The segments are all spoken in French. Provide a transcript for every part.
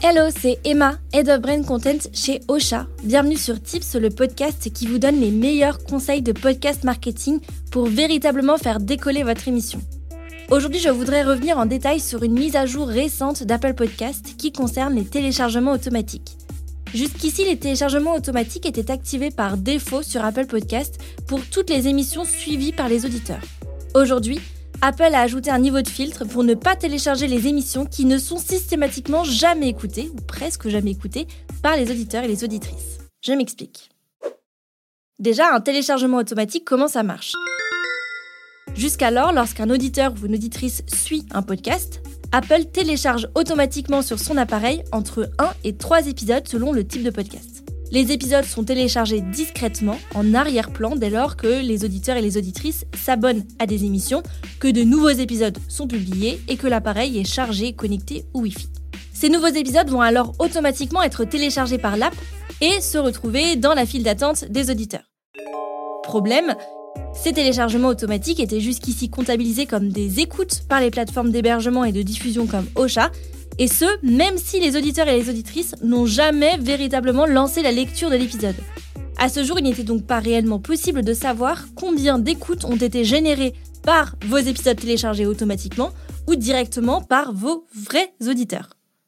Hello, c'est Emma, Head of Brand Content chez Ocha. Bienvenue sur Tips, le podcast qui vous donne les meilleurs conseils de podcast marketing pour véritablement faire décoller votre émission. Aujourd'hui, je voudrais revenir en détail sur une mise à jour récente d'Apple Podcast qui concerne les téléchargements automatiques. Jusqu'ici, les téléchargements automatiques étaient activés par défaut sur Apple Podcast pour toutes les émissions suivies par les auditeurs. Aujourd'hui, Apple a ajouté un niveau de filtre pour ne pas télécharger les émissions qui ne sont systématiquement jamais écoutées, ou presque jamais écoutées, par les auditeurs et les auditrices. Je m'explique. Déjà, un téléchargement automatique, comment ça marche ? Jusqu'alors, lorsqu'un auditeur ou une auditrice suit un podcast, Apple télécharge automatiquement sur son appareil entre 1 et 3 épisodes selon le type de podcast. Les épisodes sont téléchargés discrètement, en arrière-plan, dès lors que les auditeurs et les auditrices s'abonnent à des émissions, que de nouveaux épisodes sont publiés et que l'appareil est chargé, connecté au Wi-Fi. Ces nouveaux épisodes vont alors automatiquement être téléchargés par l'app et se retrouver dans la file d'attente des auditeurs. Problème, ces téléchargements automatiques étaient jusqu'ici comptabilisés comme des écoutes par les plateformes d'hébergement et de diffusion comme Ocha, et ce, même si les auditeurs et les auditrices n'ont jamais véritablement lancé la lecture de l'épisode. À ce jour, il n'était donc pas réellement possible de savoir combien d'écoutes ont été générées par vos épisodes téléchargés automatiquement ou directement par vos vrais auditeurs.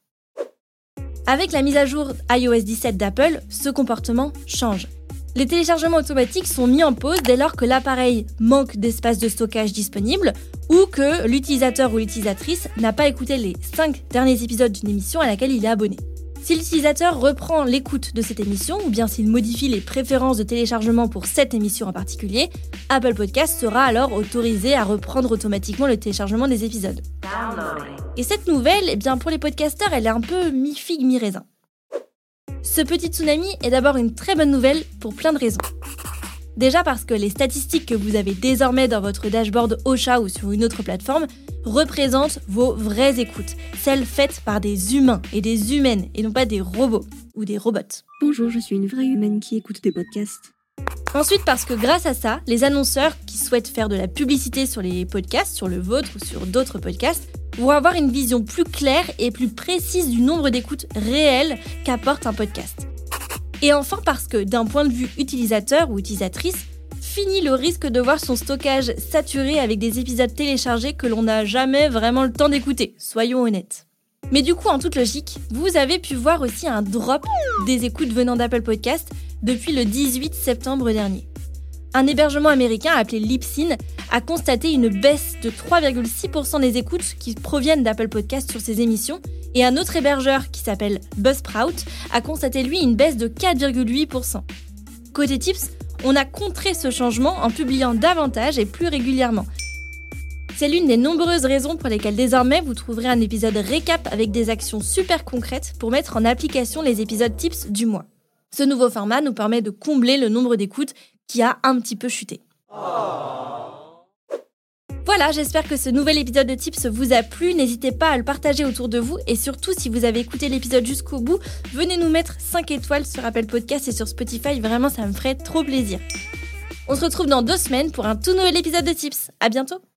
Avec la mise à jour iOS 17 d'Apple, ce comportement change. Les téléchargements automatiques sont mis en pause dès lors que l'appareil manque d'espace de stockage disponible ou que l'utilisateur ou l'utilisatrice n'a pas écouté les 5 derniers épisodes d'une émission à laquelle il est abonné. Si l'utilisateur reprend l'écoute de cette émission ou bien s'il modifie les préférences de téléchargement pour cette émission en particulier, Apple Podcast sera alors autorisé à reprendre automatiquement le téléchargement des épisodes. Et cette nouvelle, pour les podcasteurs, elle est un peu mi-figue, mi-raisin. Ce petit tsunami est d'abord une très bonne nouvelle pour plein de raisons. Déjà parce que les statistiques que vous avez désormais dans votre dashboard Ocha ou sur une autre plateforme représentent vos vraies écoutes, celles faites par des humains et des humaines et non pas des robots ou des robots. Bonjour, je suis une vraie humaine qui écoute des podcasts. Ensuite parce que grâce à ça, les annonceurs qui souhaitent faire de la publicité sur les podcasts, sur le vôtre ou sur d'autres podcasts, vont avoir une vision plus claire et plus précise du nombre d'écoutes réelles qu'apporte un podcast. Et enfin parce que, d'un point de vue utilisateur ou utilisatrice, fini le risque de voir son stockage saturé avec des épisodes téléchargés que l'on n'a jamais vraiment le temps d'écouter, soyons honnêtes. Mais du coup, en toute logique, vous avez pu voir aussi un drop des écoutes venant d'Apple Podcast depuis le 18 septembre dernier. Un hébergement américain appelé Libsyn a constaté une baisse de 3,6% des écoutes qui proviennent d'Apple Podcast sur ses émissions et un autre hébergeur qui s'appelle Buzzsprout a constaté lui une baisse de 4,8%. Côté tips, on a contré ce changement en publiant davantage et plus régulièrement. C'est l'une des nombreuses raisons pour lesquelles désormais vous trouverez un épisode récap avec des actions super concrètes pour mettre en application les épisodes tips du mois. Ce nouveau format nous permet de combler le nombre d'écoutes qui a un petit peu chuté. Voilà, j'espère que ce nouvel épisode de Tips vous a plu. N'hésitez pas à le partager autour de vous et surtout, si vous avez écouté l'épisode jusqu'au bout, venez nous mettre 5 étoiles sur Apple Podcast et sur Spotify. Vraiment, ça me ferait trop plaisir. On se retrouve dans 2 semaines pour un tout nouvel épisode de Tips. À bientôt.